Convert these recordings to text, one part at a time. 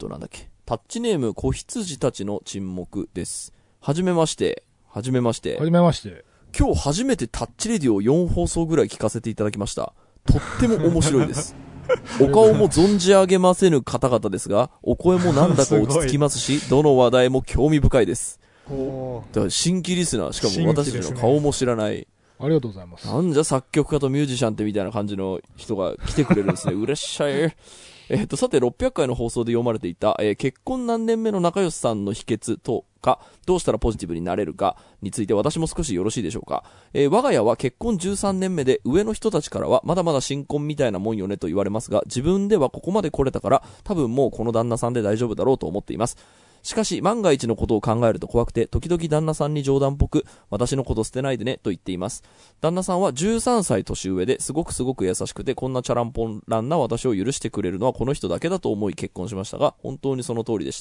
なんだっけ、タッチネーム子羊たちの沈黙です。はじめまして。はじめまして。 はじめまして。 今日初めてタッチレディを4放送ぐらい聞かせていただきました。とっても面白いです。お顔も存じ上げませぬ方々ですが、お声もなんだか落ち着きますし、どの話題も興味深いです。だから新規リスナー、しかも私たちの顔も知らない。 ありがとうございます。 なんじゃ作曲家とミュージシャンってみたいな感じの人が来てくれるんですね。嬉しい。さて600回の放送で読まれていた、結婚何年目の仲良しさんの秘訣とか、どうしたらポジティブになれるかについて私も少しよろしいでしょうか。我が家は結婚13年目で、上の人たちからはまだまだ新婚みたいなもんよねと言われますが、自分ではここまで来れたから多分もうこの旦那さんで大丈夫だろうと思っています。しかし万が一のことを考えると怖くて、時々旦那さんに冗談っぽく、私のこと捨てないでねと言っています。旦那さんは13歳年上で、すごく優しくて、こんなチャランポンランな私を許してくれるのはこの人だけだと思い結婚しましたが、本当にその通りでした。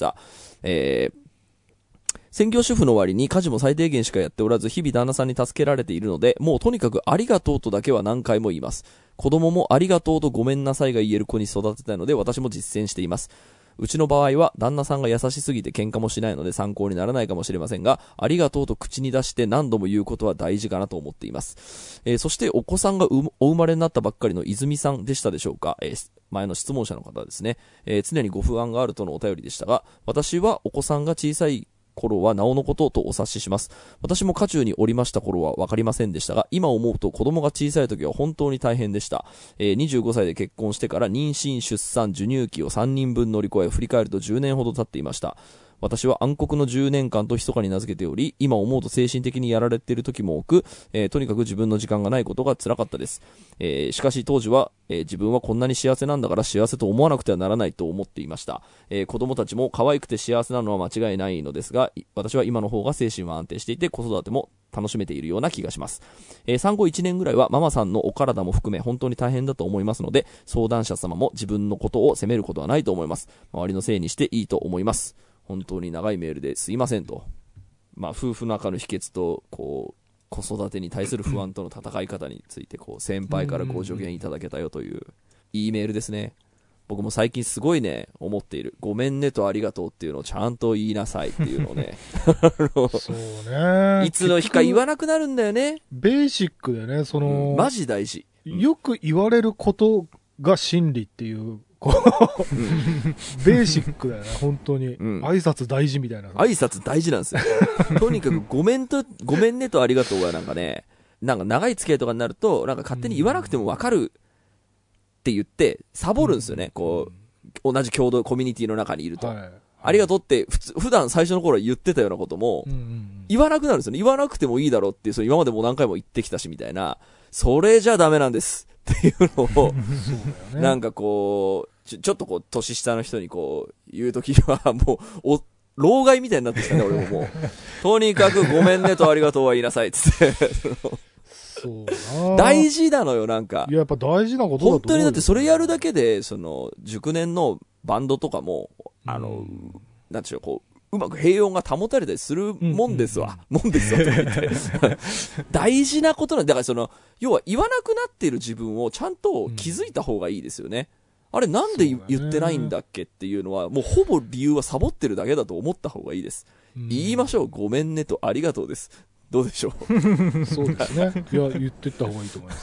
専業主婦の割に家事も最低限しかやっておらず、日々旦那さんに助けられているので、もうとにかくありがとうとだけは何回も言います。子供もありがとうとごめんなさいが言える子に育てたいので、私も実践しています。うちの場合は旦那さんが優しすぎて喧嘩もしないので参考にならないかもしれませんが、ありがとうと口に出して何度も言うことは大事かなと思っています。そしてお子さんがお生まれになったばっかりの泉さんでしたでしょうか。前の質問者の方ですね。常にご不安があるとのお便りでしたが、私はお子さんが小さい頃はなおのこととお察しします。私も渦中におりました頃は分かりませんでしたが、今思うと子供が小さい時は本当に大変でした。25歳で結婚してから妊娠、出産、授乳期を3人分乗り越え、振り返ると10年ほど経っていました。私は暗黒の10年間と密かに名付けており、今思うと精神的にやられている時も多く、とにかく自分の時間がないことが辛かったです。しかし当時は、自分はこんなに幸せなんだから幸せと思わなくてはならないと思っていました。子供たちも可愛くて幸せなのは間違いないのですが、私は今の方が精神は安定していて子育ても楽しめているような気がします。産後1年ぐらいはママさんのお体も含め本当に大変だと思いますので、相談者様も自分のことを責めることはないと思います。周りのせいにしていいと思います。本当に長いメールですいませんと。夫婦仲の秘訣と子育てに対する不安との戦い方について先輩からご助言いただけたよといういいメールですね。僕も最近すごいね思っている。ごめんねとありがとうっていうのをちゃんと言いなさいっていうのをねそうね、 いつの日か言わなくなるんだよね。 ベーシックでね、 マジ大事、 よく言われることが真理っていうベーシックだよね、本当に。挨拶大事みたいな。 挨拶大事なんですよ。とにかくごめんねとありがとうはなんかね、なんか長い付き合いとかになると、なんか勝手に言わなくても分かるって言って、サボるんですよね。同じ共同コミュニティの中にいると。ありがとうって普段最初の頃言ってたようなことも、言わなくなるんですよね。言わなくてもいいだろうっていう、今までも何回も言ってきたしみたいな。それじゃダメなんです。っていうのをなんかちょっと年下の人に言うときはもう老害みたいになってきたね。俺ももうとにかくごめんねとありがとうは言いなさいっつってそうな大事なのよ。なんかいややっぱ大事なことだと思う。 本当にだってそれやるだけで熟年のバンドとかもなんていうのうまく平穏が保たれたりするもんですわ。もんですよと言って大事なことなんだから要は言わなくなっている自分をちゃんと気づいた方がいいですよね。あれなんで言ってないんだっけっていうのはもうほぼ理由はサボってるだけだと思った方がいいです。言いましょう。ごめんねとありがとうです。どうでしょう。 そうですね。いや言ってった方がいいと思います。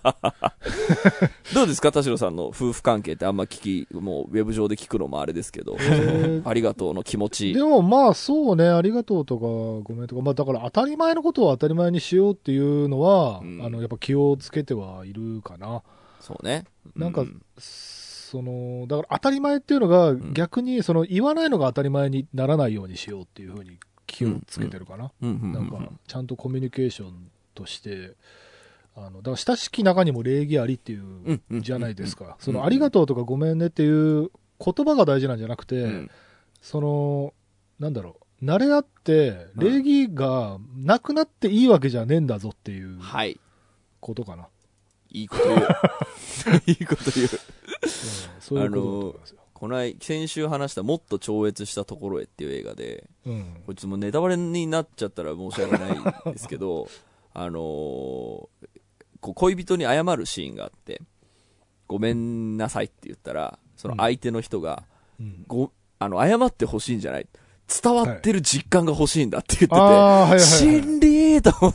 どうですか田代さんの夫婦関係ってあんまもうウェブ上で聞くのもあれですけど、ありがとうの気持ち。 でもそうね、ありがとうとかごめんとか、だから当たり前のことを当たり前にしようっていうのは、やっぱ気をつけてはいるかな。 そうね。 なんか、だから当たり前っていうのが逆に言わないのが当たり前にならないようにしようっていうふうに気をつけてるかな。なんかちゃんとコミュニケーションとしてだから親しき中にも礼儀ありっていうじゃないですか。ありがとうとかごめんねっていう言葉が大事なんじゃなくて、なんだろう、慣れ合って礼儀がなくなっていいわけじゃねえんだぞっていうことかな。 いいこと言う。いいこと言う。 そういうことだと思いますよ。 先週話したもっと超越したところへっていう映画で、こいつもネタバレになっちゃったら申し訳ないんですけど恋人に謝るシーンがあって、ごめんなさいって言ったらその相手の人が、 謝ってほしいんじゃない。伝わってる実感が欲しいんだって言ってて、心理と思って、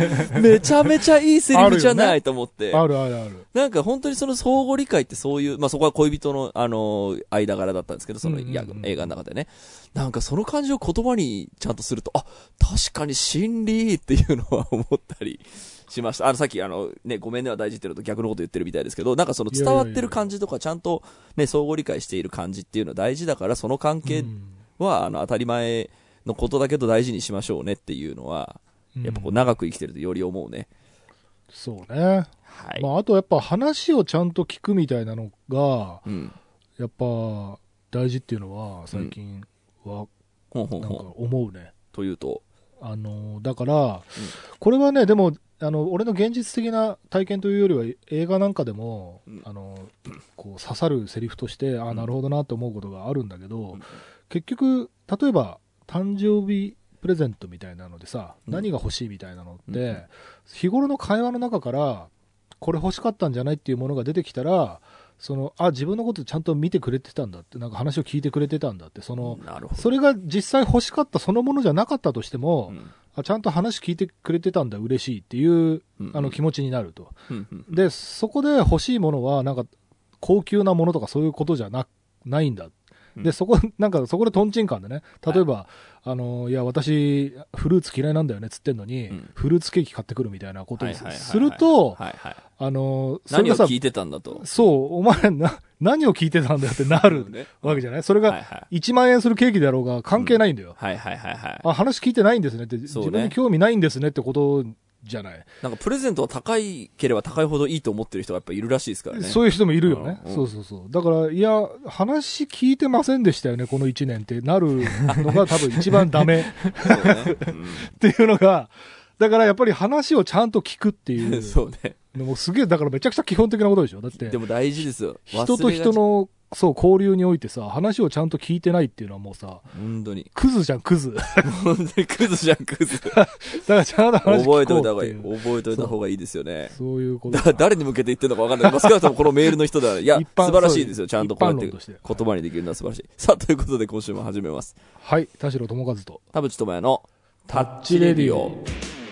めちゃめちゃいいセリフじゃないと思って。 あるあるある。 なんか本当にその相互理解ってそういう、まあそこは恋人の間柄だったんですけど、その映画の中でね。なんかその感じを言葉にちゃんとすると、あ、確かに心理っていうのは思ったりしました。さっきね、ごめんねは大事っていうのと逆のこと言ってるみたいですけど、なんかその伝わってる感じとかちゃんとね、相互理解している感じっていうのは大事だから、その関係、は当たり前のことだけど大事にしましょうねっていうのは、やっぱこう長く生きてるとより思うね。 そうね。はい。まああとやっぱ話をちゃんと聞くみたいなのが、やっぱ大事っていうのは最近はなんか思うね。 というと、 だから、これはねでも俺の現実的な体験というよりは映画なんかでも、こう刺さるセリフとして、なるほどなと思うことがあるんだけど。結局例えば誕生日プレゼントみたいなのでさ、何が欲しいみたいなのって、日頃の会話の中からこれ欲しかったんじゃないっていうものが出てきたら、自分のことちゃんと見てくれてたんだって、なんか話を聞いてくれてたんだって、それが実際欲しかったそのものじゃなかったとしても、ちゃんと話聞いてくれてたんだ嬉しいっていう、気持ちになると、でそこで欲しいものはなんか高級なものとかそういうことじゃないんだ。でそこでトンチンカンでね、例えば、いや私フルーツ嫌いなんだよねっつってんのに、フルーツケーキ買ってくるみたいなことをすると、 何を聞いてたんだと、 そうお前何を聞いてたんだよってなるわけじゃない。それが1万円するケーキだろうが関係ないんだよ。話聞いてないんですねって、自分に興味ないんですねってことじゃない。 なんかプレゼントは高いければ高いほどいいと思ってる人がやっぱいるらしいですからね。 そういう人もいるよね。そうだからいや話聞いてませんでしたよねこの1年ってなるのが多分一番ダメっていうのが、だからやっぱり話をちゃんと聞くっていうそうね。 もうすげえだからめちゃくちゃ基本的なことでしょ。だってでも大事ですよ。 人と人の交流においてさ、話をちゃんと聞いてないっていうのはもうさ、 本当にクズじゃんクズ。 本当にクズじゃんクズ。 だからちゃんと話聞こうっていう。 覚えといた方がいいですよね。 そういうこと。 誰に向けて言ってるのか分かんない。少なくともこのメールの人だ。いや素晴らしいですよ。ちゃんとこうやって言葉にできるのは素晴らしい。さあということで今週も始めます。 はい、田代智和と田淵智也のタッチレディオ。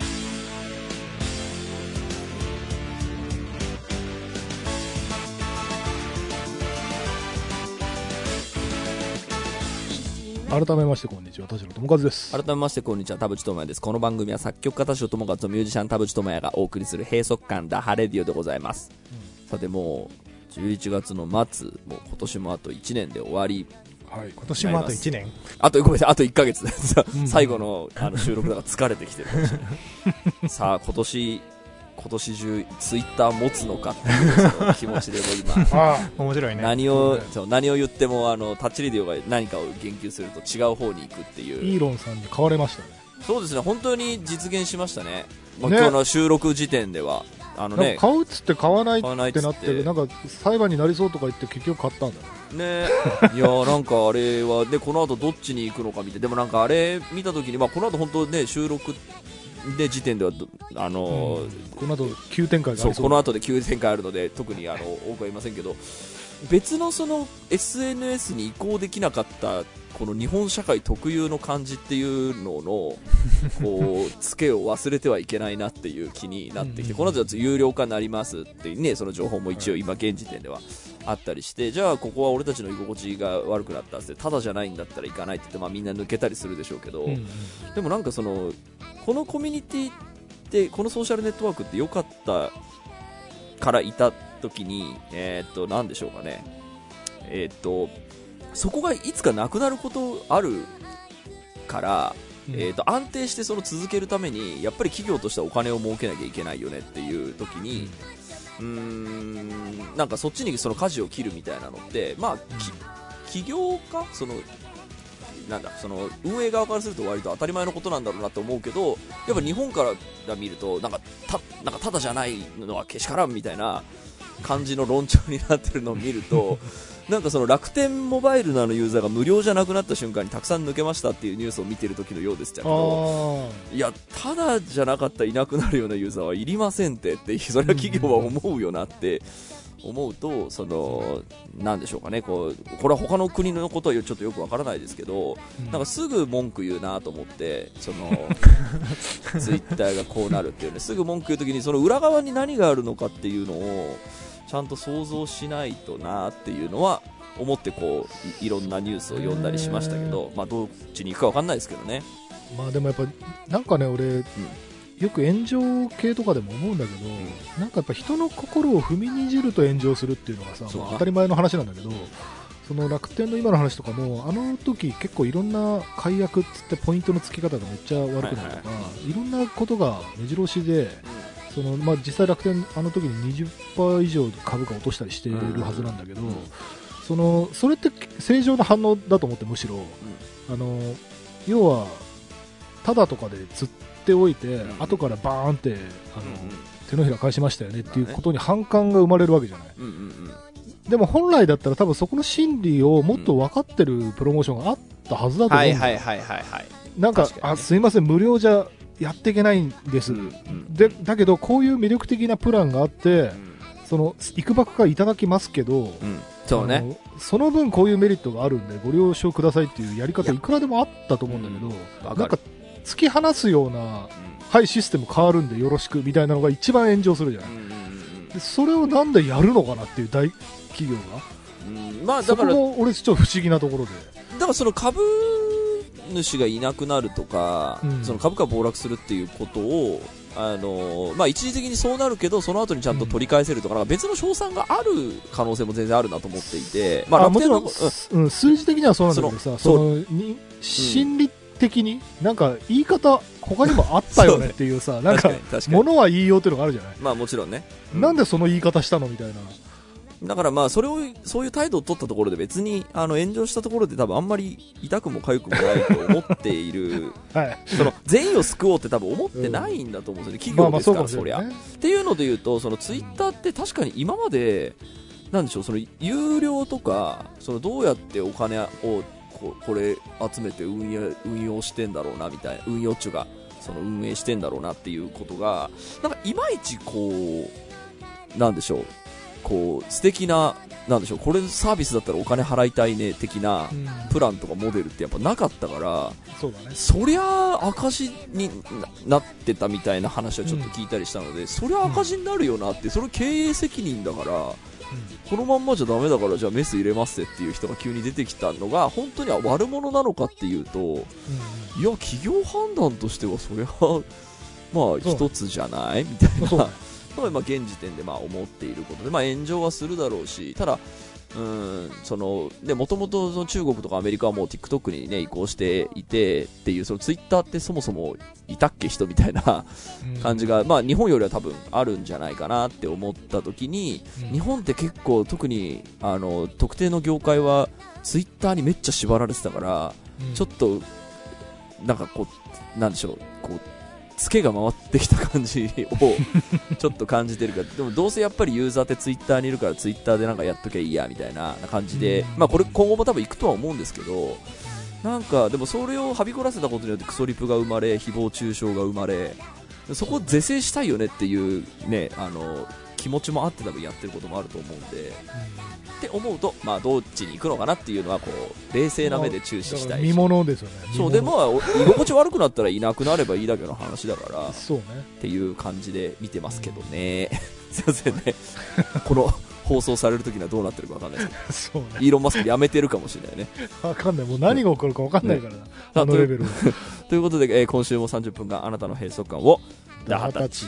改めましてこんにちは、田代智和です。 改めましてこんにちは、田淵智也です。この番組は作曲家田代智和とミュージシャン田淵智也がお送りする閉塞感ダハレディオでございます。さてもう11月の末、もう今年もあと1年で終わり。 はい、今年もあと1年、 ごめんなさい、あと1ヶ月最後の収録だから疲れてきてるかもしれないさあ今年中ツイッター持つのかっていう気持ちで今面白いね。 何を言ってもタッチレディオが何かを言及すると違う方に行くっていう。 イーロンさんに買われましたね。 そうですね、本当に実現しましたね。今日の収録時点では買うっつって買わないってなって、なんか裁判になりそうとか言って結局買ったんだね。いやなんかあれはね、この後どっちに行くのか見て、でもなんかあれ見た時に、この後本当ね収録で時点ではこの後急展開がありそう。 この後で急展開あるので特に多くは言いませんけど、別のSNS に移行できなかったこの日本社会特有の感じっていうののこうツケを忘れてはいけないなっていう気になってきて、この後有料化になりますってね、その情報も一応今現時点ではあったりして、じゃあここは俺たちの居心地が悪くなったってただじゃないんだったら行かないって言って、みんな抜けたりするでしょうけど、でもなんかこのコミュニティってこのソーシャルネットワークって良かったからいた時になんでしょうかね、そこがいつかなくなることあるから、安定して続けるためにやっぱり企業としてはお金を儲けなきゃいけないよねっていう時に、なんかそっちに舵を切るみたいなのって、企業家運営側からすると割と当たり前のことなんだろうなと思うけど、やっぱ日本から見るとなんかただじゃないのはけしからんみたいな感じの論調になってるのを見るとなんか楽天モバイルのユーザーが無料じゃなくなった瞬間にたくさん抜けましたっていうニュースを見てる時のようですけど、いやただじゃなかったらいなくなるようなユーザーはいりませんってそれは企業は思うよなって思うと、なんでしょうかね、これは他の国のことはちょっとよくわからないですけど、なんかすぐ文句言うなと思って、ツイッターがこうなるっていうね、すぐ文句言うときにその裏側に何があるのかっていうのをちゃんと想像しないとなっていうのは思って、いろんなニュースを読んだりしましたけど、まあどっちに行くかわかんないですけどね。 まあでもやっぱなんかね、俺、よく炎上系とかでも思うんだけど、なんかやっぱ人の心を踏みにじると炎上するっていうのがさ、まあ、当たり前の話なんだけど、その楽天の今の話とかも、あの時結構いろんな解約っつってポイントの付き方がめっちゃ悪くなるとか、いろんなことが目白押しで、まあ、実際楽天あの時に 20% 以上株価落としたりしているはずなんだけど、それって正常な反応だと思って、むしろ、要はただとかで釣っておいて、後からバーンって手のひら返しましたよねっていうことに反感が生まれるわけじゃない。でも本来だったら多分そこの心理をもっと分かってるプロモーションがあったはずだと思うんだよ。なんか、すいません、無料じゃやっていけないんです、だけどこういう魅力的なプランがあって、いくばくかいただきますけど、 そうね、 その分こういうメリットがあるんでご了承くださいっていうやり方いくらでもあったと思うんだけど、なんか突き放すような、はい、システム変わるんでよろしくみたいなのが一番炎上するじゃない、でそれをなんでやるのかなっていう大企業が、まあだからそこが俺ちょっと不思議なところで、 だからその株主がいなくなるとか、その株価が暴落するっていうことをまあ、一時的にそうなるけどその後にちゃんと取り返せるとか、なんか別の勝算がある可能性も全然あるなと思っていて、まあ、 もちろん、数字的にはそうなんだけどさ、心理的になんか言い方他にもあったよねっていうさ、なんか物は言いようっていうのがあるじゃない。 まあもちろんね、 なんでその言い方したのみたいな。 だからまあそういう態度を取ったところで別に炎上したところで多分あんまり痛くも痒くもないと思っている、はい、善意を救おうって多分思ってないんだと思うんですよね、企業ですから、そりゃ。っていうので言うと、ツイッターって確かに今までなんでしょう、有料とかどうやってお金をこれ集めて運用してんだろうなみたいな、運用中が運営してんだろうなっていうことがなんかいまいちなんでしょう、素敵な、なんでしょう、これサービスだったらお金払いたいね的なプランとかモデルってやっぱなかったから、 そうだね、 そりゃ赤字になってたみたいな話はちょっと聞いたりしたので、そりゃ赤字になるよなって、それ経営責任だから、このまんまじゃダメだからじゃあメス入れますっていう人が急に出てきたのが本当には悪者なのかっていうと、いや企業判断としてはそれはまあ一つじゃないみたいな。まあ現時点でまあ思っていることで、まあ炎上はするだろうし、ただもともと中国とかアメリカはもう TikTok にね移行していてっていう、ツイッターってそもそもいたっけ人みたいな感じが、まあ日本よりは多分あるんじゃないかなって思った時に、日本って結構特に特定の業界はツイッターにめっちゃ縛られてたから、ちょっとなんかなんでしょう、ツケが回ってきた感じをちょっと感じてるから、でもどうせやっぱりユーザーってツイッターにいるからツイッターでなんかやっときゃいいやみたいな感じで、まあこれ今後も多分行くとは思うんですけど、なんかでもそれをはびこらせたことによってクソリプが生まれ、誹謗中傷が生まれ、そこを是正したいよねっていうね、気持ちもあって多分やってることもあると思うんで、って思うと、まあどっちに行くのかなっていうのは冷静な目で注視したいし、 見物ですよね。 そうでも居心地悪くなったらいなくなればいいだけの話だから、 そうねっていう感じで見てますけどね。すいませんね。この放送される時にはどうなってるかわかんないですけど、そうね、イーロンマスクやめてるかもしれないね。 わかんない、もう何が起こるかわかんないからな、あのレベルということで、今週も30分間あなたの閉塞感をダハタッチ。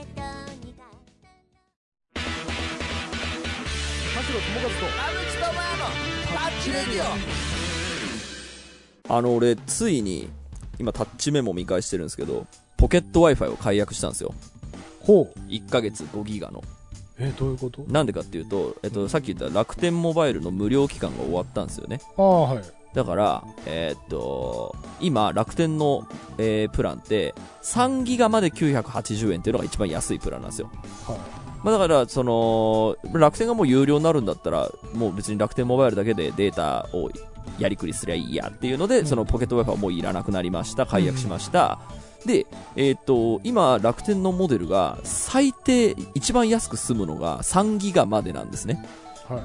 俺ついに今タッチメモ見返してるんですけど、ポケット Wi-Fi を解約したんですよ。 ほう。 1ヶ月5ギガの。 どういうこと？ なんでかっていうと、さっき言った楽天モバイルの無料期間が終わったんですよね。 はい。だから、今楽天の、プランって3ギガまで980円っていうのが一番安いプランなんですよ。はい。まあ、だから楽天がもう有料になるんだったらもう別に楽天モバイルだけでデータをやりくりすりゃいいやっていうので、そのポケット Wi-Fi はもういらなくなりました、解約しました、 で、今、楽天のモデルが、最低、一番安く済むのが3ギガまでなんですね。 はい。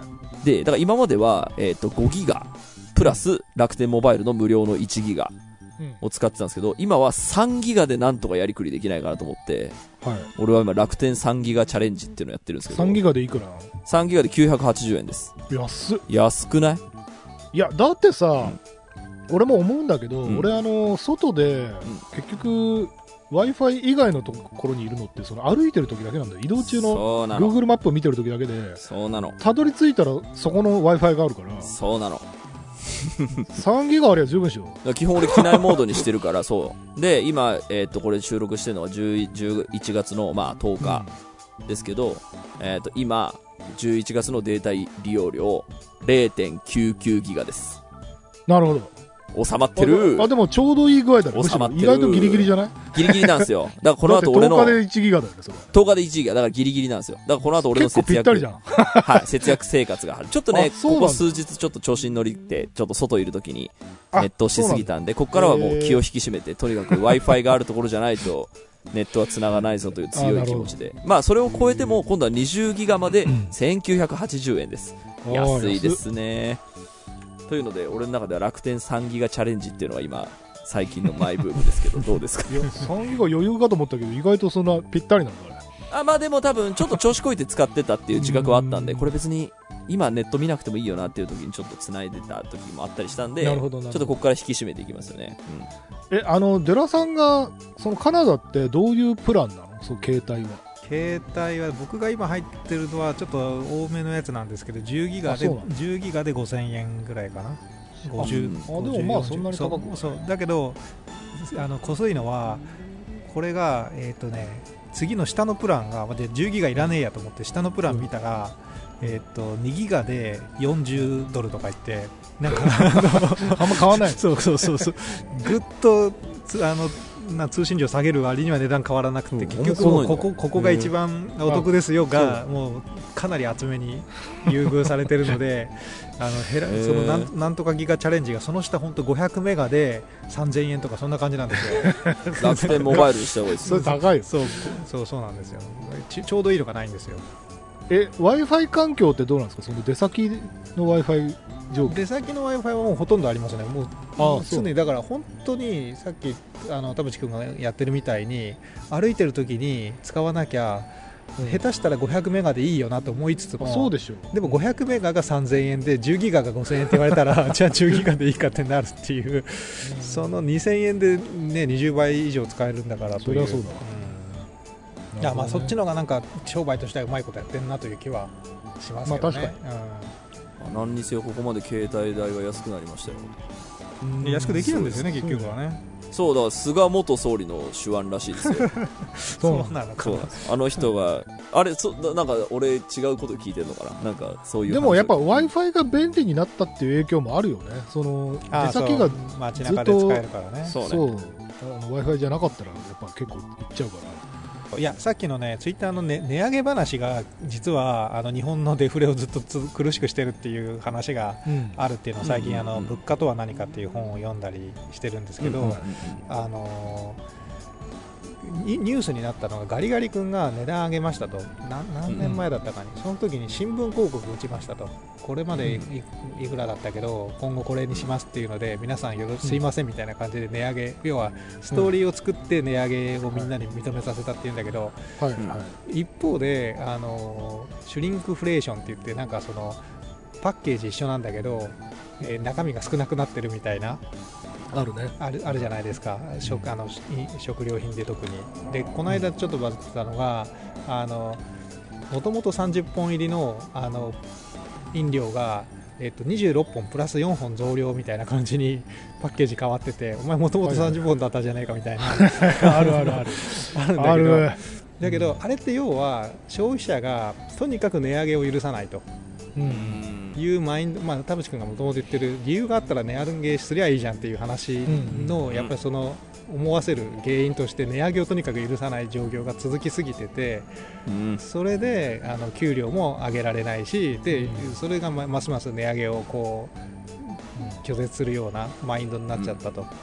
で、だから今までは、5ギガ、プラス楽天モバイルの無料の1ギガを使ってたんですけど、今は3ギガでなんとかやりくりできないかなと思って、 はい。 俺は今、楽天3ギガチャレンジっていうのをやってるんですけど、 3ギガでいくらなの？ 3ギガで980円です。 安っ。 安くない？ いや、だってさ、俺も思うんだけど、俺外で、結局 Wi-Fi 以外のところにいるのってその歩いてる時だけなんだよ。移動中の Google マップを見てる時だけで、 そうなの。 たどり着いたらそこの Wi-Fi があるから、 そうなの。 3ギガあれば十分でしょ。 基本俺機内モードにしてるからそうで今、これ収録してるのは11月の、まあ、10日ですけど、今11月のデータ利用量 0.99 ギガです。 なるほど。 収まってる。 でもちょうどいい具合だね。 収まってる。 意外とギリギリじゃない？ ギリギリなんですよ。だからこの後俺の 10日で1ギガだよね、それ。 10日で1ギガ。だからギリギリなんですよ。だからこの後俺の節約。 結構ぴったりじゃん。 はい、節約生活がある。ちょっとね、ここ数日ちょっと調子に乗りって、ちょっと外いる時にネットをしすぎたんで、ここからはもう気を引き締めて、とにかく Wi-Fi があるところじゃないと、ネットは繋がないぞという強い気持ちで。まあそれを超えても、今度は20ギガまで1980円です。安いですね。というので俺の中では楽天3ギガチャレンジっていうのが今最近のマイブームですけどどうですか？ いや3ギガ余裕かと思ったけど意外とそんなぴったりなんだね。 まあでも多分ちょっと調子こいて使ってたっていう自覚はあったんでこれ別に今ネット見なくてもいいよなっていう時にちょっと繋いでた時もあったりしたんでちょっとここから引き締めていきますよね。 デラさんがそのカナダってどういうプランなの？その携帯は。 携帯は僕が今入ってるのはちょっと多めのやつなんですけど10ギガで5000円ぐらいかな。 50。でもまあそんなに高くない。 そうだけどこそいのはこれが次の下のプランが10ギガいらねえやと思って下のプラン見たら、2ギガで40ドルとか言ってなんかあんま変わらない。 そうぐっと通信料下げる割には値段変わらなくて結局もうここが一番お得ですよがもうかなり厚めに優遇されてるのでそのなんとかギガチャレンジがその下本当500メガで3000円とかそんな感じなんですよ。 楽天モバイルにした方がいいです。 それ高いよ。 そうなんですよ。ちょうどいいのがないんですよ。 Wi-Fi 環境ってどうなんですか？その出先の Wi-Fi 状況。 出先の Wi-Fi はもうほとんどありますね。もう常にだから本当にさっき田淵君がやってるみたいに歩いてる時に使わなきゃ下手したら500メガでいいよなと思いつつもそうでしょ。 でも500メガが3000円で10ギガが5000円って言われたらじゃあ10ギガでいいかってなるっていうその2000円で、ね、20倍以上使えるんだからという。 それはそうだわ。 いやまあそっちの方がなんか商売としてはうまいことやってるなという気はしますけどね。 確かに。 何にせよここまで携帯代が安くなりましたよ。 安くできるんですよね結局はね。 そうだ菅元総理の手腕らしいですよ。 そうなのかな。 あの人があれなんか俺違うこと聞いてるのかな。なんかそういう。 でもやっぱ Wi-Fi が便利になったっていう影響もあるよね。その出先が街中で使えるからね。 そう Wi-Fi じゃなかったらやっぱ結構いっちゃうから。 いやさっきのねツイッターの、値上げ話が実は日本のデフレをずっと苦しくしてるっていう話があるっていうのを最近物価とは何かっていう本を読んだりしてるんですけどニュースになったのがガリガリ君が値段上げましたと何年前だったかにその時に新聞広告打ちましたとこれまでいくらだったけど今後これにしますっていうので皆さんすいませんみたいな感じで値上げ要はストーリーを作って値上げをみんなに認めさせたっていうんだけど一方でシュリンクフレーションって言ってなんかそのパッケージ一緒なんだけど中身が少なくなってるみたいなあるじゃないですか食料品で特にでこの間ちょっとバズってたのがもともと30本入りの飲料が26本プラス4本増量みたいな感じにパッケージ変わっててお前もともと30本だったじゃないかみたいなあるんだけどだけどあれって要は消費者がとにかく値上げを許さないというマインド田淵君がもともと言ってる理由があったら値上げすりゃいいじゃんっていう話のやっぱりその思わせる原因として値上げをとにかく許さない状況が続きすぎててそれで給料も上げられないしでそれがますます値上げをこう拒絶するようなマインドになっちゃったと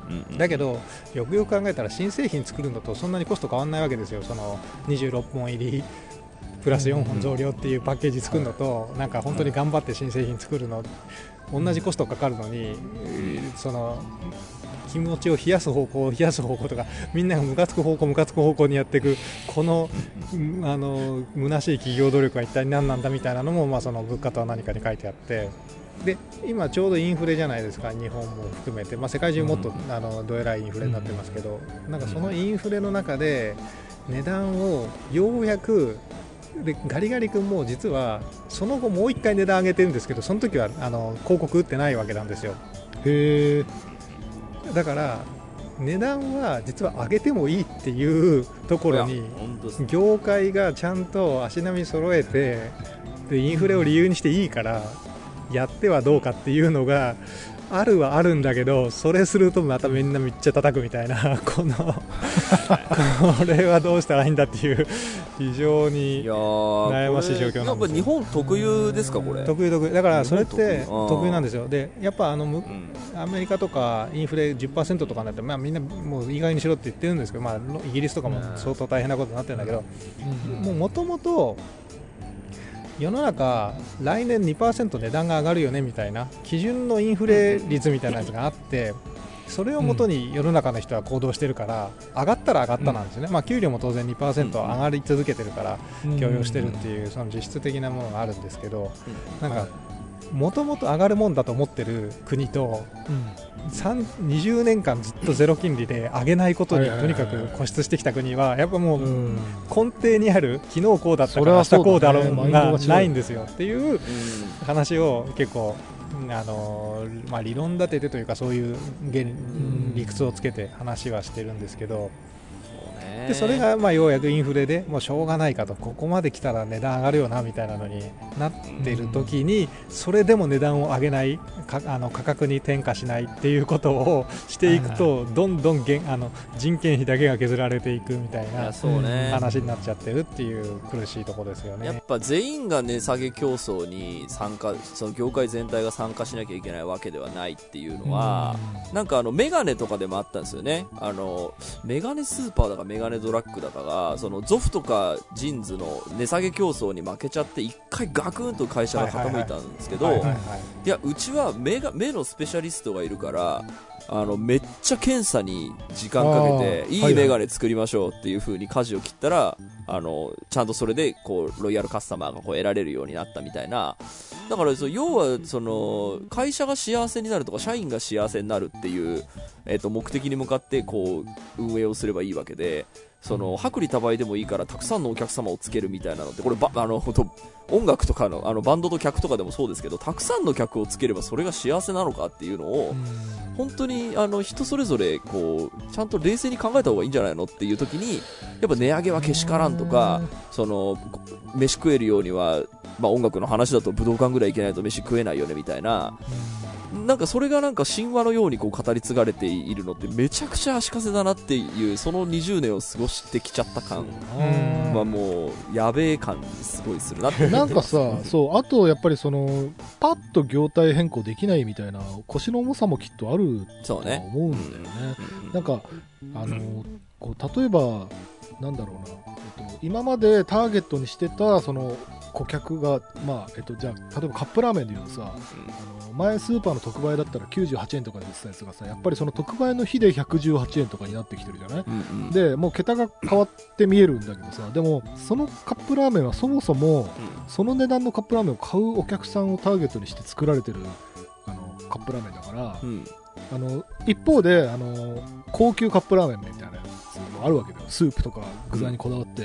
だけどよくよく考えたら新製品作るのとそんなにコスト変わんないわけですよ。その26本入りプラス4本増量っていうパッケージ作るのと、なんか本当に頑張って新製品作るの同じコストかかるのに、その気持ちを冷やす方向とか、みんながムカつく方向にやっていくこの虚しい企業努力は一体何なんだみたいなのも、その物価とは何かに書いてあって、で今ちょうどインフレじゃないですか、日本も含めて、世界中もっとどえらいインフレになってますけど、なんかそのインフレの中で値段をようやくでガリガリ君も実はその後もう一回値段上げてるんですけど、その時は広告打ってないわけなんですよ。 へー。 だから値段は実は上げてもいいっていうところに業界がちゃんと足並み揃えて、でインフレを理由にしていいからやってはどうかっていうのがあるはあるんだけど、それするとまたみんなめっちゃ叩くみたいなこれはどうしたらいいんだっていう非常に悩ましい状況なんですよ。 やっぱ日本特有ですかこれ。 特有だからそれって特有なんですよ。でやっぱアメリカとかインフレ 10% とかになって、みんなもう意外にしろって言ってるんですけど、イギリスとかも相当大変なことになってるんだけど、もともと世の中来年 2% 値段が上がるよねみたいな基準のインフレ率みたいなやつがあって、それをもとに世の中の人は行動してるから、上がったら上がったなんですよね。給料も当然 2% 上がり続けてるから許容してるっていう、その実質的なものがあるんですけど、なんかもともと上がるもんだと思ってる国と、20年間ずっとゼロ金利で上げないことにとにかく固執してきた国は、やっぱもう根底にある昨日こうだったから明日こうだろうがないんですよっていう話を結構理論立ててというか、そういう理屈をつけて話はしてるんですけど、でそれがようやくインフレでもうしょうがないかと、ここまで来たら値段上がるよなみたいなのになっている時に、それでも値段を上げない価格に転嫁しないっていうことをしていくと、どんどん人件費だけが削られていくみたいな話になっちゃってるっていう苦しいところですよね。 やっぱ全員が値下げ競争に参加、その業界全体が参加しなきゃいけないわけではないっていうのは、なんかメガネとかでもあったんですよね。メガネスーパーだかメガネドラッグだかが、そのゾフとかジンズの値下げ競争に負けちゃって一回ガクンと会社が傾いたんですけど、いやうちは目のスペシャリストがいるから、めっちゃ検査に時間かけていいメガネ作りましょうっていう風に舵を切ったら、ちゃんとそれでこうロイヤルカスタマーがこう得られるようになったみたいな。だから要はその会社が幸せになるとか社員が幸せになるっていう、目的に向かってこう運営をすればいいわけで、その薄利多売でもいいからたくさんのお客様をつけるみたいなのって、これ音楽とかのバンドと客とかでもそうですけど、たくさんの客をつければそれが幸せなのかっていうのを本当に人それぞれこうちゃんと冷静に考えた方がいいんじゃないのっていう時に、やっぱ値上げはけしからんとか、その飯食えるようには、音楽の話だと武道館ぐらい行けないと飯食えないよねみたいな、なんかそれがなんか神話のようにこう語り継がれているのってめちゃくちゃ足かせだなっていう、その20年を過ごしてきちゃった感はもうやべえ感すごいするなってなんかさ、そうあとやっぱりそのパッと業態変更できないみたいな腰の重さもきっとあるとは思うんだよね。なんかこう例えばなんだろうな、今までターゲットにしてたその顧客が、じゃあ例えばカップラーメンでいうとさ、前スーパーの特売だったら98円とかで売ってたやつがさ、やっぱりその特売の日で118円とかになってきてるじゃない、でもう桁が変わって見えるんだけどさ、でもそのカップラーメンはそもそもその値段のカップラーメンを買うお客さんをターゲットにして作られてるカップラーメンだから、一方で高級カップラーメンみたいなやつもあるわけだよ。スープとか具材にこだわって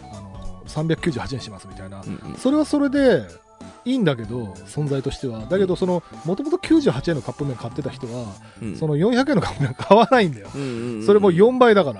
、398円しますみたいな、それはそれでいいんだけど、存在としてはだけど、そのもともと98円のカップ麺買ってた人は、その400円のカップ麺買わないんだよ、それも4倍だから、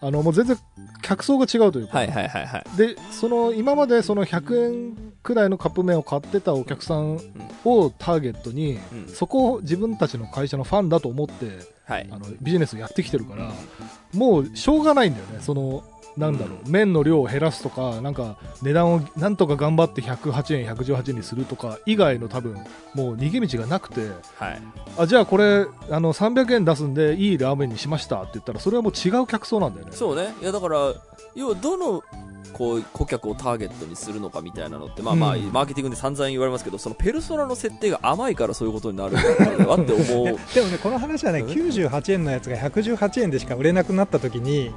もう全然客層が違うというか、でその今までその100円くらいのカップ麺を買ってたお客さんをターゲットに、そこを自分たちの会社のファンだと思って、ビジネスをやってきてるから、もうしょうがないんだよね。そのなんだろう、麺の量を減らすとか、なんか値段をなんとか頑張って108円、118円にするとか以外の多分もう逃げ道がなくて、 はい、 あ、じゃあこれ300円出すんでいいラーメンにしましたって言ったら、それはもう違う客層なんだよね。 そうね。いやだから要はどのこう顧客をターゲットにするのかみたいなのって、まあまあ、マーケティングで散々言われますけど、そのペルソナの設定が甘いからそういうことになるんだろうなって思うでもね、この話はね、98円のやつが118円でしか売れなくなった時に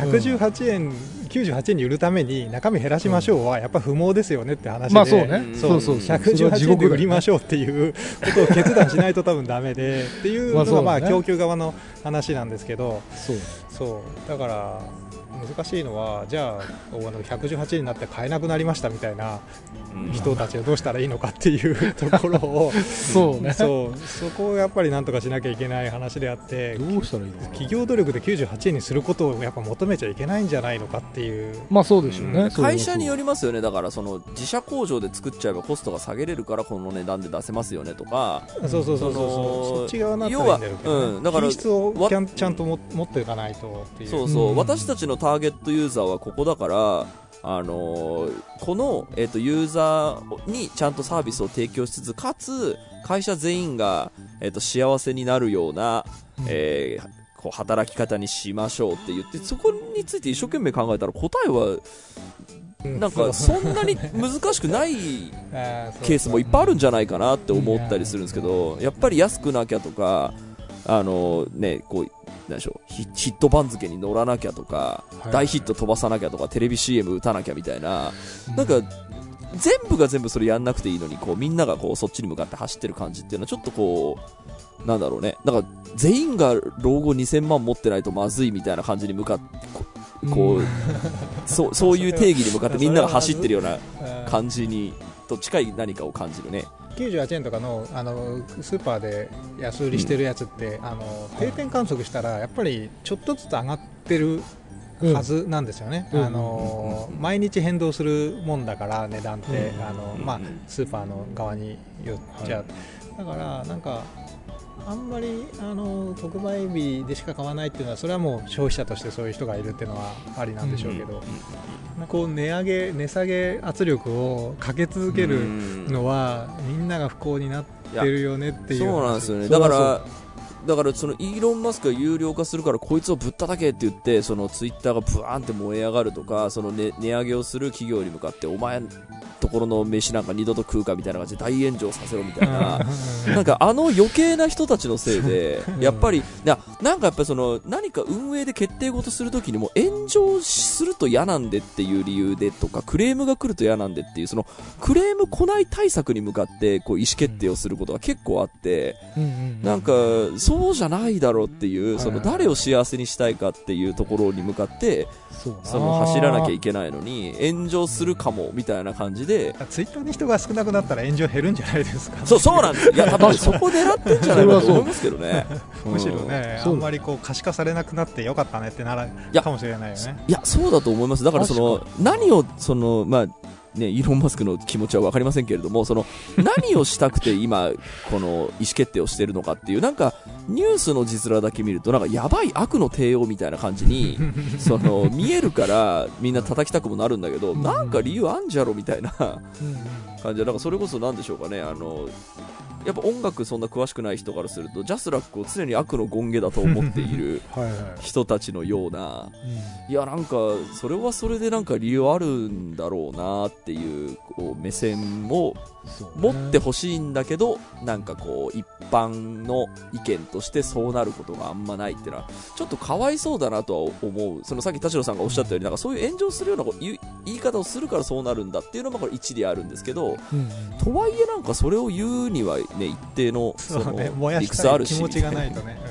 118円、98円に売るために中身減らしましょうはやっぱ不毛ですよねって話で、 まあそうね、そう 118円で売りましょうっていうことを決断しないと多分ダメでっていうのがまあ供給側の話なんですけど、そうだから難しいのは、じゃあ118円になって買えなくなりましたみたいな人たちをどうしたらいいのかっていうところをそうね、 そこをやっぱりなんとかしなきゃいけない話であって、 どうしたらいいのかな、 企業努力で98円にすることをやっぱ求めちゃいけないんじゃないのかっていう。 まあそうでしょうね、 会社によりますよね。だからその自社工場で作っちゃえばコストが下げれるからこの値段で出せますよねとか、 そうそっち側になったらいいんだろうけど、だから品質をちゃんと持っていかないとっていう。 そうそう、私たちのターゲットユーザーはここだから、この、ユーザーにちゃんとサービスを提供しつつ、かつ会社全員が、幸せになるような、こう働き方にしましょうって言って、そこについて一生懸命考えたら答えはなんかそんなに難しくないケースもいっぱいあるんじゃないかなって思ったりするんですけど、やっぱり安くなきゃとか、ね、こうなんでしょう、ヒット番付に乗らなきゃとか、大ヒット飛ばさなきゃとか、テレビ CM 打たなきゃみたいな、なんか全部が全部それやんなくていいのに、こうみんながこうそっちに向かって走ってる感じっていうのはちょっとこうなんだろうね、なんか全員が老後2000万持ってないとまずいみたいな感じに向かってこうそういう定義に向かってみんなが走ってるような感じにと近い何かを感じるね。 98円とかの、スーパーで安売りしてるやつって、定点観測したらやっぱりちょっとずつ上がってるはずなんですよね、毎日変動するもんだから値段って、スーパーの側によっちゃう、だからなんかあんまり特売日でしか買わないっていうのは、それはもう消費者としてそういう人がいるっていうのはありなんでしょうけど、こう値下げ圧力をかけ続けるのはみんなが不幸になってるよねっていう。 そうなんですよね。だからそのイーロン・マスクが有料化するからこいつをぶったたけって言って、そのツイッターがブワーンって燃え上がるとか、その、値上げをする企業に向かってお前ところの飯なんか二度と食うかみたいな感じで大炎上させろみたいななんか余計な人たちのせいでやっぱりなんかやっぱりその何か運営で決定事するときにも炎上すると嫌なんでっていう理由でとか、クレームが来ると嫌なんでっていう、そのクレーム来ない対策に向かってこう意思決定をすることが結構あって、なんかそうじゃないだろうっていう、その誰を幸せにしたいかっていうところに向かってその走らなきゃいけないのに炎上するかもみたいな感じで、 ツイッターに人が少なくなったら炎上減るんじゃないですか。 そうなんです。いや多分そこ狙ってんじゃないかと思いますけどねむしろね、あんまりこう可視化されなくなってよかったねってなるかもしれないよね。 いやそうだと思います。だからその何をそのね、イーロン・マスクの気持ちは分かりませんけれども、その何をしたくて今この意思決定をしているのかっていう、なんかニュースの字面だけ見るとなんかやばい悪の帝王みたいな感じにその見えるからみんな叩きたくもなるんだけど、なんか理由あんじゃろみたいな感じで、なんかそれこそなんでしょうかね、やっぱ音楽そんな詳しくない人からするとジャスラックを常に悪の権下だと思っている人たちのような、いやなんかそれはそれでなんか理由あるんだろうなっていう、こう目線を持ってほしいんだけど、なんかこう一般の意見としてそうなることがあんまないっていうのはちょっとかわいそうだなとは思う。そのさっき田代さんがおっしゃったように、なんかそういう炎上するような言い方をするからそうなるんだっていうのもこれ一理あるんってど、とはいえなんかそれを言うにはね、一定のその理屈あるし、 気持ちがないとね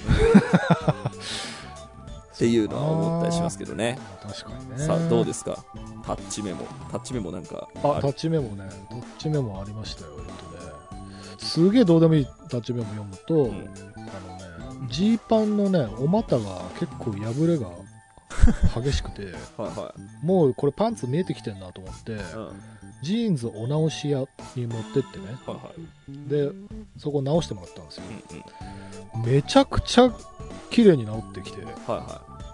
っていうのは思ったりしますけどね。 確かにね。 さあどうですか、タッチメモなんかタッチメモありましたよ。すげえどうでもいいタッチメモ読むと、ジーパンのねお股が結構破れが激しくてもうこれパンツ見えてきてんなと思って、ジーンズお直し屋に持ってってね、でそこ直してもらったんですよ、めちゃくちゃ綺麗に直ってきて、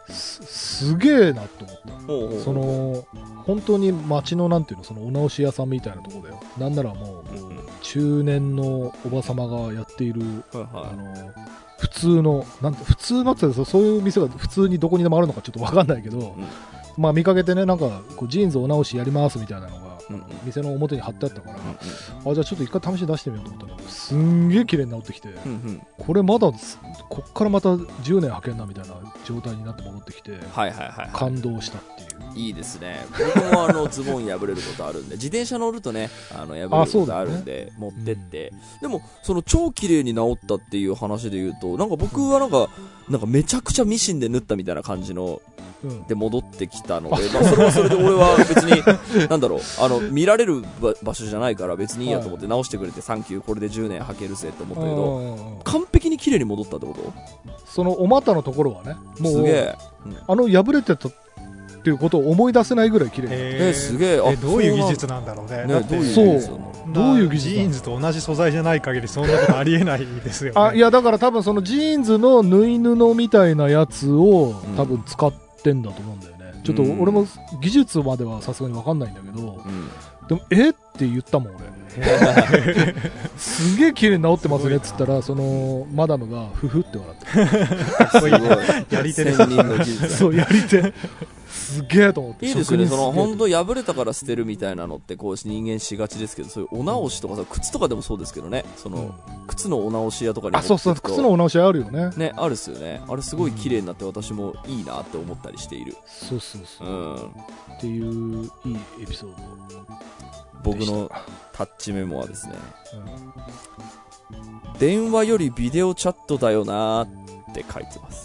すげえなと思った。その本当に街のなんていうの、そのお直し屋さんみたいなところだよ。なんならもう、中年のおばさまがやっている、普通の普通のってそういう店が普通にどこにでもあるのかちょっと分かんないけど、まあ見かけてね、なんかこうジーンズお直しやりますみたいなのが、店の表に貼ってあったから、あ、じゃあちょっと一回試しに出してみようと思ったら、すんげえ綺麗に直ってきて、これまだこっからまた10年履けんなみたいな状態になって戻ってきて、感動したっていう。 いいですね。僕もズボン破れることあるんで、自転車乗るとね、破れることあるんで、持ってって、でもその超綺麗に直ったっていう話で言うと、なんか僕はなんかめちゃくちゃミシンで縫ったみたいな感じので戻ってきたので、まあそれはそれで俺は別になんだろう、見られる場所じゃないから別にいいやと思って直してくれて、サンキュー、これで10年履けるぜって思ったけど、完璧に綺麗に戻ったってこと？ そのお股のところはね、もうすげえ、 破れてたっていうことを思い出せないぐらい綺麗。 すげえ。 どういう技術なんだろうね。 どういう技術？ ジーンズと同じ素材じゃない限りそんなことありえないですよね。 いやだから多分そのジーンズの縫い布みたいなやつを多分使ってんだと思うんだよね。ちょっと俺も技術まではさすがに分かんないんだけど、でもって言ったもん俺。すげえ綺麗に直ってますねっつったら、そのマダムがフフって笑って、 やり手です。 そうやり手。すげえと思って。 いいですよね。その本当破れたから捨てるみたいなのってこう人間しがちですけど、そういうお直しとかさ、靴とかでもそうですけどね。その靴のお直し屋とかに、 そうそう、靴のお直し屋あるよね。 ね、あるっすよね。あれすごい綺麗になって私もいいなって思ったりしている。 そうそうそう。っていういいエピソード。 僕のタッチメモはですね、電話よりビデオチャットだよなーって書いてます。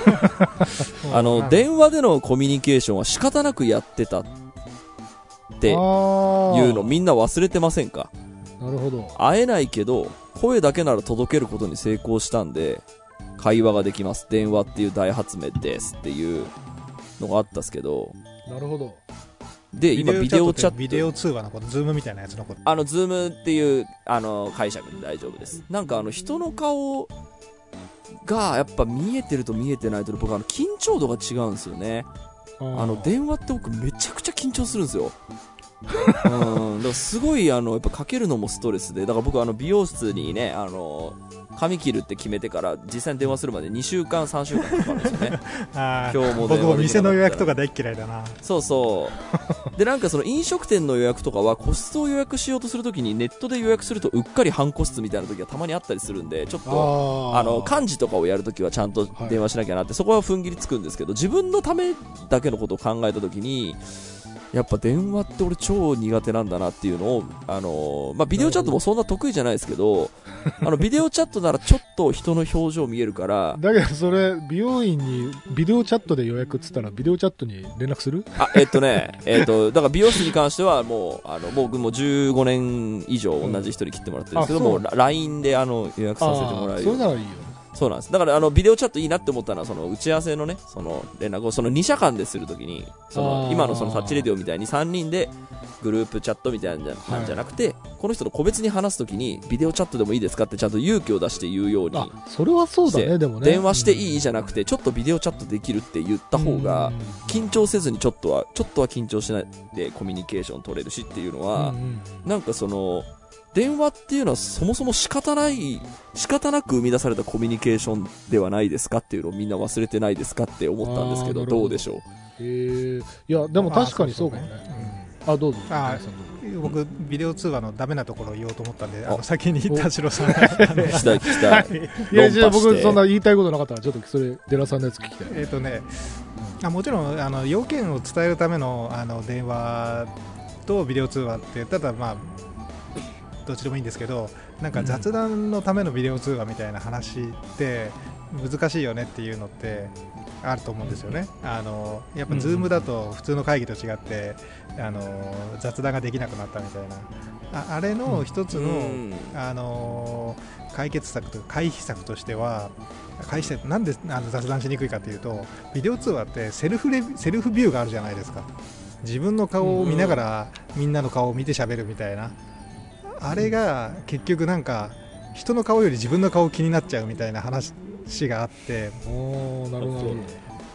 電話でのコミュニケーションは仕方なくやってたっていうのみんな忘れてませんか？ なるほど。 会えないけど声だけなら届けることに成功したんで会話ができます。電話っていう大発明ですっていうのがあったっすけど。 なるほど。 で今ビデオチャット、 ビデオ通話のこと、ズームみたいなやつのこと、 ズームっていう解釈で大丈夫です。なんか人の顔がやっぱ見えてると見えてないと僕緊張度が違うんですよね。電話って僕めちゃくちゃ緊張するんですよ。だからすごいやっぱかけるのもストレスで、だから僕美容室にね髪切るって決めてから実際に電話するまで2週間3週間かかるんですよね。今日も僕も店の予約とか大っ嫌いだな。 そうそうで、なんかその飲食店の予約とかは個室を予約しようとするときにネットで予約するとうっかり半個室みたいな時がたまにあったりするんで、ちょっと漢字とかをやるときはちゃんと電話しなきゃなって、そこは踏ん切りつくんですけど、自分のためだけのことを考えたときにやっぱ電話って俺超苦手なんだなっていうのをビデオチャットもそんな得意じゃないですけどビデオチャットならちょっと人の表情見えるから。 だけどそれ美容院にビデオチャットで予約っつったらビデオチャットに連絡する？ だから美容室に関してはもう僕も15年以上同じ人に切ってもらってるんですけど、もう LINE で予約させてもらえる。 それならいいよ。 そうなんです。だからビデオチャットいいなって思ったのは、その打ち合わせのね、その連絡をその2社間でするときに、今のそのタッチレディオみたいに3人でグループチャットみたいなんじゃなくて、この人と個別に話すときにビデオチャットでもいいですかってちゃんと勇気を出して言うように。 それはそうだね。でもね、 電話していいじゃなくてちょっとビデオチャットできるって言った方が緊張せずにちょっとは緊張しないでコミュニケーション取れるしっていうのは、なんかその電話っていうのはそもそも仕方なく生み出されたコミュニケーションではないですかっていうのをみんな忘れてないですかって思ったんですけど、どうでしょう？ いやでも確かにそうかもね。どうぞ。 僕ビデオ通話のダメなところを言おうと思ったんで、先に田代さん聞きたいいやじゃあ僕そんな言いたいことなかったらちょっとそれデラさんのやつ聞きたい。 もちろん要件を伝えるための電話とビデオ通話ってただどっちでもいいんですけど、なんか雑談のためのビデオ通話みたいな話って難しいよねっていうのってあると思うんですよね。やっぱズームだと普通の会議と違って雑談ができなくなったみたいな、あれの一つの、解決策とか回避策としては、なんで雑談しにくいかというと、ビデオ通話ってセルフビューがあるじゃないですか。自分の顔を見ながらみんなの顔を見て喋るみたいな、あれが結局なんか人の顔より自分の顔気になっちゃうみたいな話があって、 なるほど。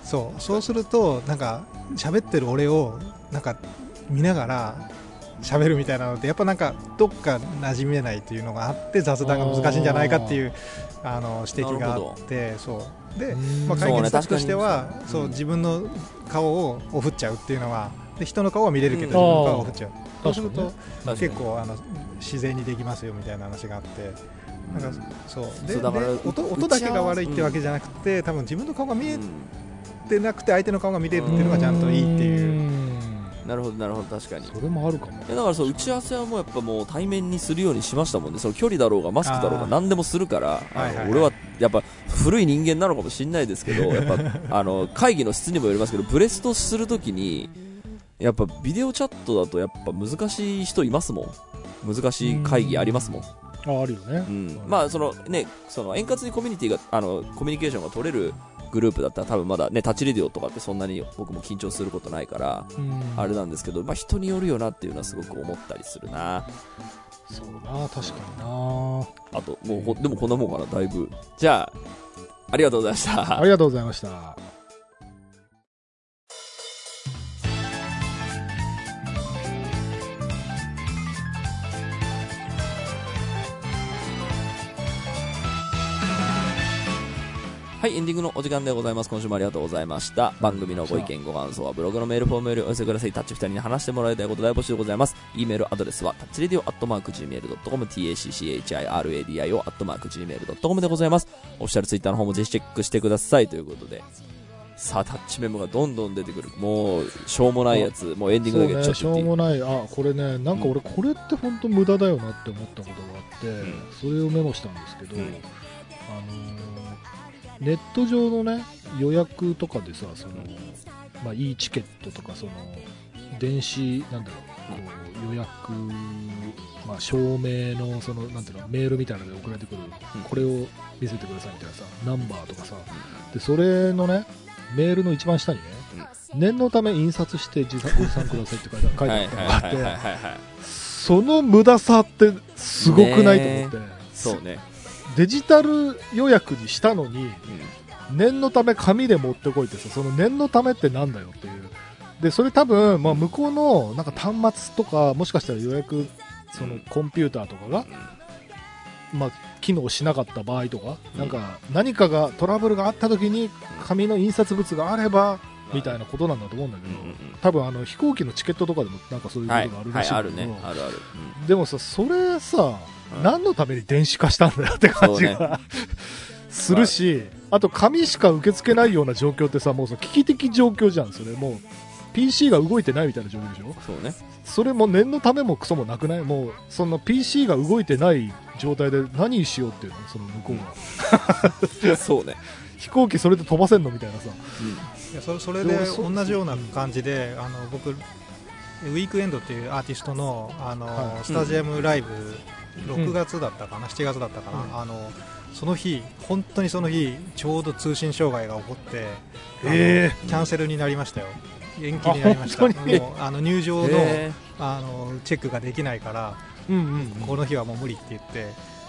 そうするとなんか喋ってる俺をなんか見ながら喋るみたいなのってやっぱなんかどっか馴染めないっていうのがあって雑談が難しいんじゃないかっていう指摘があって、そうで、まあ、解決策としてはそう、自分の顔をオフっちゃうっていうのはで人の顔は見れるけど自分の顔をオフっちゃう、そうすると結構自然にできますよみたいな話があって、なんかそうで音だけが悪いってわけじゃなくて、多分自分の顔が見えてなくて相手の顔が見れるっていうのがちゃんといいっていう。 なるほどなるほど、確かにそれもあるかも。 だからそう打ち合わせはもうやっぱもう対面にするようにしましたもんね。その距離だろうがマスクだろうが何でもするから、俺はやっぱ古い人間なのかもしれないですけど、やっぱ会議の質にもよりますけど、ブレストするときにやっぱビデオチャットだとやっぱ難しい人いますもん。難しい会議ありますもん。 あるよね、 まあその円滑にコミュニケーションが取れるグループだったら多分まだね、タッチレディオとかってそんなに僕も緊張することないからあれなんですけど、まあ人によるよなっていうのはすごく思ったりするな。 そうな、確かにな。 あともうでもこんなもんかな、だいぶ。じゃあありがとうございました。 ありがとうございました。 はい、エンディングのお時間でございます。今週もありがとうございました。番組のご意見ご感想はブログのメールフォームよりお寄せください。タッチ2人に話してもらいたいこと大募集でございます。 E メールアドレスはタッチレディオ@gmail.com tacchiradio@gmail.com でございます。オフィシャルツイッターの方もぜひチェックしてくださいということで、さあタッチメモがどんどん出てくる。もうしょうもないやつ、もうエンディングだけちょっとしょうもない。これね、なんか俺これって本当無駄だよなって思ったことがあって、それをメモしたんですけど、ネット上のね予約とかでさ、まあ、いいチケットとか電子なんだろう、予約、まあ、証明のなんていうの、メールみたいなので送られてくる、これを見せてくださいみたいなさ、ナンバーとかさ、でそれのねメールの一番下にね、念のため印刷してご持参くださいって書いてあったのがあって、その無駄さってすごくないと思って。 そうね、 デジタル予約にしたのに、念のため紙で持ってこいってさ、その念のためってなんだよっていう。でそれ多分、まあ、向こうのなんか端末とか、もしかしたら予約コンピューターとかが、まあ、機能しなかった場合とか、なんか何かがトラブルがあった時に紙の印刷物があればみたいなことなんだと思うんだけど、多分飛行機のチケットとかでもなんかそういうことがあるらしいんだけど、でもさ、それさ、何のために電子化したんだよって感じが、するし、あと紙しか受け付けないような状況ってさ、もう危機的状況じゃん。それもう PC が動いてないみたいな状況でしょ。 そうね、 それも念のためもクソもなくない？もうその PC が動いてない状態で何しようっていうの、その向こうがそうね、 飛行機それで飛ばせんのみたいなさ、 いやそれで同じような感じで、僕ウィークエンドっていうアーティストの、スタジアムライブ、6月だったかな、7月だったかな、その日、本当にその日ちょうど通信障害が起こって、キャンセルになりましたよ。延期になりました。もう入場の、チェックができないから、この日はもう無理って言って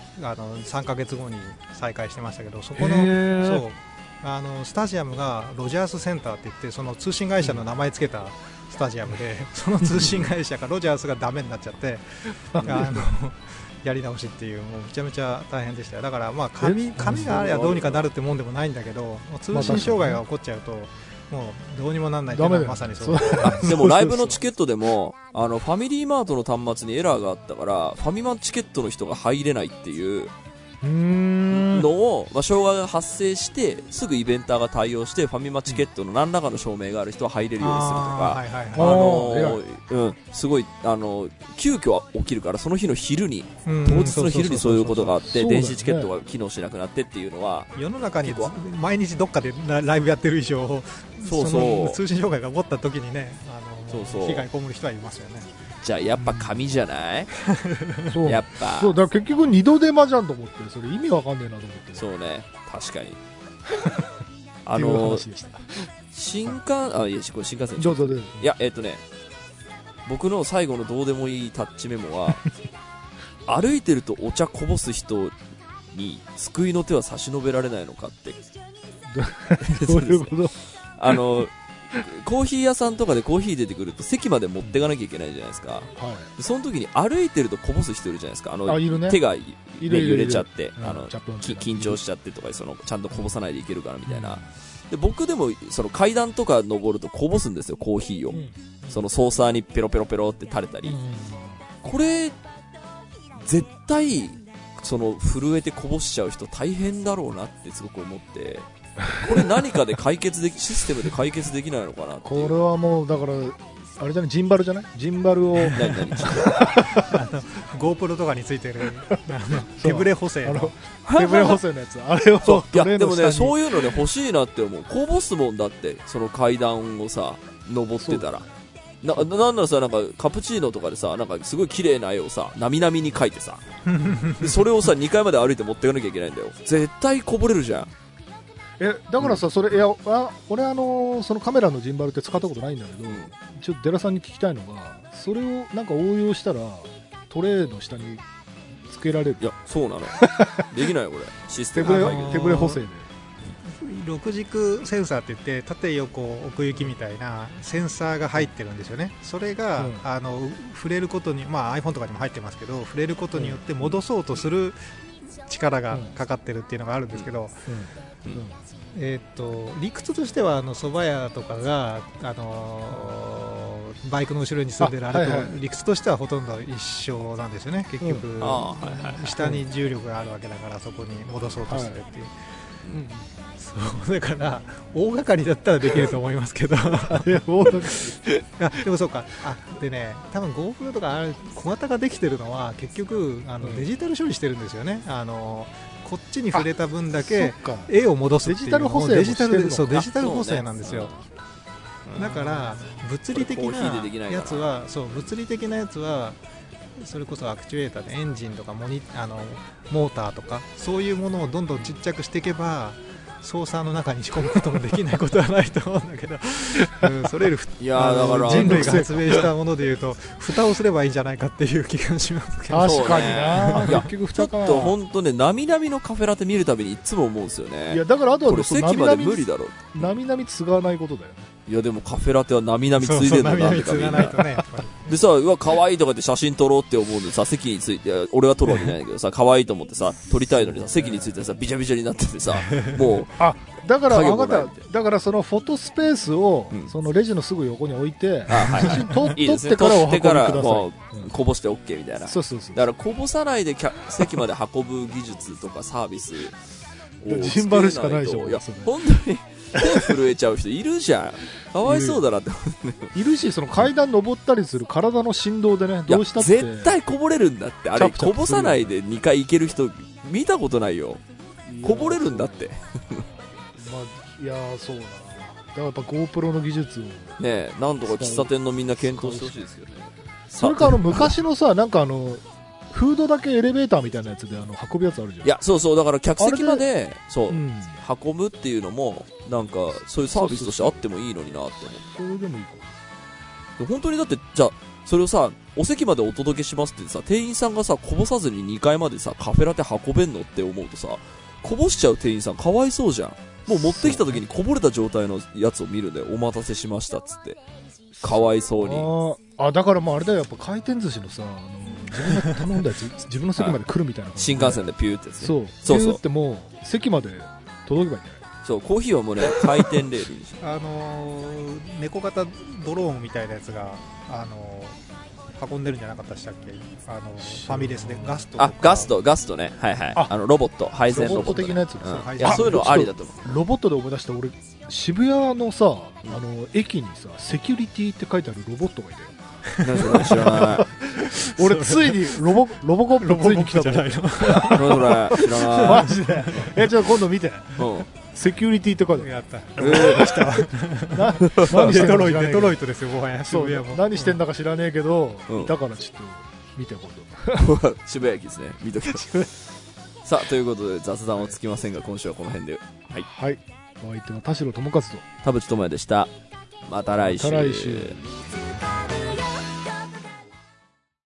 3ヶ月後に再開してましたけど、そこのスタジアムがロジャースセンターって言って、その通信会社の名前つけたスタジアムで、その通信会社がロジャースがダメになっちゃってやり直しっていう、もうめちゃめちゃ大変でしたよ。だからまあ紙があればどうにかなるってもんでもないんだけど、通信障害が起こっちゃうともうどうにもなんないっていうのはまさにそう。 でもライブのチケットでもファミリーマートの端末にエラーがあったから、ファミマチケットの人が入れないっていうのを、障害が発生してすぐイベンターが対応して、ファミマチケットの何らかの証明がある人は入れるようにするとか、すごい急遽は起きるから、その日の昼に、当日の昼にそういうことがあって、電子チケットが機能しなくなってっていうのは、 世の中に毎日どっかでライブやってる以上、その通信障害が起こった時にね、被害被る人はいますよね。 じゃあやっぱ紙じゃない？やっぱそうだから結局二度手間じゃんと思って、それ意味わかんねえなと思って。 そうね、確かに新幹線どうぞ。 いや僕の最後のどうでもいいタッチメモは歩いてるとお茶こぼす人に救いの手は差し伸べられないのかってどういうこと？ コーヒー屋さんとかでコーヒー出てくると席まで持ってかなきゃいけないじゃないですか。 はい。 その時に歩いてるとこぼす人いるじゃないですか。 いるね。 手が、 いる揺れちゃって、緊張しちゃってとか、ちゃんとこぼさないでいけるからみたいな。で、僕でも、階段とか登るとこぼすんですよ、コーヒーを。ソーサーにペロペロペロって垂れたり。これ、絶対、震えてこぼしちゃう人大変だろうなってすごく思って、これ何かでシステムで解決できないのかなって。 これはもう、だから、あれじゃない、ジンバルじゃない、ジンバルを。 GoPro とかについてる、手ブレ補正の。 手ブレ補正のやつ。あれを、 いや、でもね、そういうのね、欲しいなって思う。こぼすもんだって、その階段をさ、登ってたら。なんならさ、なんかカプチーノとかでさ、なんかすごい綺麗な絵をさ、なみなみに描いてさ、それをさ、2階まで歩いて持っていかなきゃいけないんだよ。絶対こぼれるじゃん。 だからさ、俺そのカメラのジンバルって使ったことないんだけど、ちょっとデラさんに聞きたいのが、それをなんか応用したらトレーの下につけられる。 いや、そうなの。できないよこれ。システム手ブレ補正で。 6軸センサーって言って、縦横奥行きみたいなセンサーが入ってるんですよね。それが、触れることに、iPhone とかにも入ってますけど、触れることによって戻そうとする力がかかってるっていうのがあるんですけど、理屈としては蕎麦屋とかが、バイクの後ろに住んでるあれと理屈としてはほとんど一緒なんですよね。結局、下に重力があるわけだから、そこに戻そうとするっていう。そうだから大掛かりだったらできると思いますけどでもそうか。でね、多分 GoPro とか小型ができてるのは結局デジタル処理してるんですよね。こっちに触れた分だけ絵を戻すっていうのをデジタル補正なんですよ。だから物理的なやつはそれこそアクチュエーターでエンジンとかモーターとかそういうものをどんどんちっちゃくしていけば操作の中に仕込むこともできないことはないと思うんだけど、それより人類が発明したものでいうと蓋をすればいいんじゃないかっていう気がしますけど。 確かにな。結局蓋かな。 ちょっと本当ね、なみなみのカフェラテ見るたびにいつも思うんですよね。 いやだからあとはこれ席まで無理だろ。 なみなみ継がないことだよね。 いやでもカフェラテはなみなみついでるのなんでかみんなでさ、うわ可愛いとかって写真撮ろうって思うんでさ、席について俺は撮るわけじゃないんだけどさ、可愛いと思ってさ撮りたいのにさ、席についてさビチャビチャになっててさ、もうだから分かった。だからそのフォトスペースをそのレジのすぐ横に置いて写真撮ってからお運びください。 こぼして OK みたいな。 そうだからこぼさないで席まで運ぶ技術とかサービスをジンバルしかないでしょ。 いや本当に手震えちゃう人いるじゃん。かわいそうだなっているし、その階段登ったりする体の振動でね、どうしたって絶対こぼれるんだって。あれこぼさないで2回行ける人見たことないよ。こぼれるんだっていやそうだな。だからやっぱ GoPro の技術をね、なんとか喫茶店のみんな検討してほしいですけどね。 それか昔のさ、なんかフードだけエレベーターみたいなやつで運ぶやつあるじゃん。 いやそうだから客席まで運ぶっていうのもなんかそういうサービスとしてあってもいいのになって思う。 それでもいいかも。 本当にだってじゃあそれをさお席までお届けしますってさ、店員さんがさこぼさずに2階までさカフェラテ運べんのって思うとさ、こぼしちゃう店員さんかわいそうじゃん。もう持ってきた時にこぼれた状態のやつを見るんだよ。お待たせしましたっつってかわいそうに。 だからもうあれだよ、やっぱ回転寿司のさ自分が頼んだやつ自分の席まで来るみたいな、 新幹線でピューってやつね。 そうピューってもう席まで届けばいいんじゃない。 そう、コーヒーはもうね回転レールに猫型ドローンみたいなやつが運んでるんじゃなかったでしたっけ。ファミレスでガストね。はいはい。ロボット配膳ロボット的なやつ、 いやそういうのありだと思う。 ロボットで思い出した。俺渋谷のさ駅にさセキュリティって書いてあるロボットがいたよ。 知らない。 俺ついにロボコップついに来たじゃないの。 知らない。 マジで。ちょっと今度見て。セキュリティって書いてある。 やった。デトロイトですよ、もはや。 そう、何してんだか知らねえけど、だからちょっと見て今度。渋谷駅ですね。見ときます。さあということで雑談はつきませんが、今週はこの辺で。 はい。お相手は田代智和と田淵智也でした。また来週。